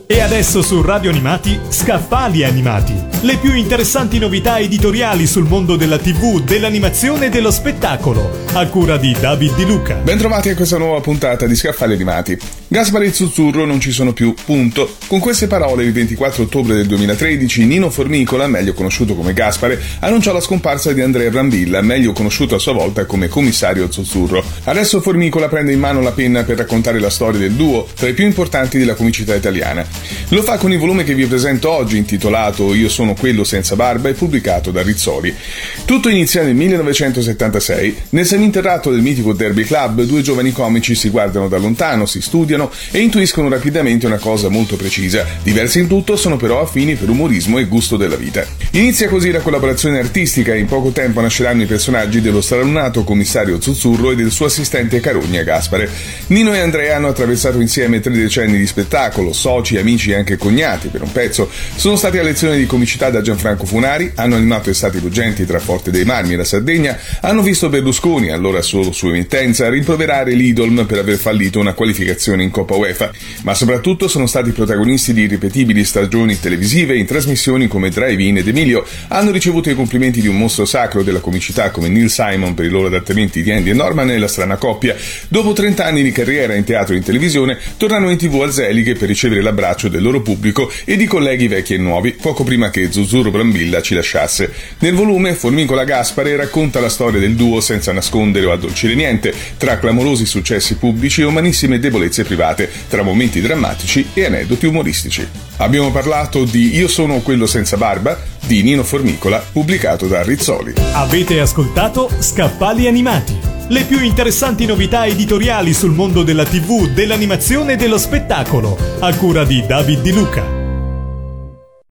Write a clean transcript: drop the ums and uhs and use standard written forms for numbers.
E adesso su Radio Animati, Scaffali Animati. Le più interessanti novità editoriali sul mondo della TV, dell'animazione e dello spettacolo, a cura di David Di Luca. Bentrovati a questa nuova puntata di Scaffali Animati. Gaspare e Zuzzurro non ci sono più, punto. Con queste parole, il 24 ottobre del 2013, Nino Formicola, meglio conosciuto come Gaspare, annunciò la scomparsa di Andrea Brambilla, meglio conosciuto a sua volta come commissario Zuzzurro. Adesso Formicola prende in mano la penna per raccontare la storia del duo, tra i più importanti della comicità italiana. Lo fa con il volume che vi presento oggi, intitolato Io sono quello senza barba e pubblicato da Rizzoli. Tutto inizia nel 1976. Nel seminterrato del mitico Derby Club, due giovani comici si guardano da lontano, si studiano e intuiscono rapidamente una cosa molto precisa. Diversi in tutto, sono però affini per umorismo e gusto della vita. Inizia così la collaborazione artistica e in poco tempo nasceranno i personaggi dello stralunato commissario Zuzzurro e del suo assistente Carogna Gaspare. Nino e Andrea hanno attraversato insieme 3 decenni di spettacolo, soci, amici e anche cognati per un pezzo. Sono stati a lezione di comicità da Gianfranco Funari, hanno animato estati ruggenti tra Forte dei Marmi e la Sardegna, hanno visto Berlusconi, allora solo sua emittenza, rimproverare l'Idolm per aver fallito una qualificazione in Coppa UEFA, ma soprattutto sono stati protagonisti di irripetibili stagioni televisive in trasmissioni come Drive-In ed Emilio, hanno ricevuto i complimenti di un mostro sacro della comicità come Neil Simon per i loro adattamenti di Andy e Norman e La strana coppia. Dopo 30 anni di carriera in teatro e in televisione, tornano in TV a Zeliche per ricevere l'abbraccio del loro pubblico e di colleghi vecchi e nuovi, poco prima che Zuzzurro Brambilla ci lasciasse. Nel volume Formicola Gaspare racconta la storia del duo senza nascondere o addolcire niente, tra clamorosi successi pubblici e umanissime debolezze private, tra momenti drammatici e aneddoti umoristici. Abbiamo parlato di Io sono quello senza barba, di Nino Formicola, pubblicato da Rizzoli. Avete ascoltato Scaffali Animati. Le più interessanti novità editoriali sul mondo della TV, dell'animazione e dello spettacolo, a cura di David Di Luca.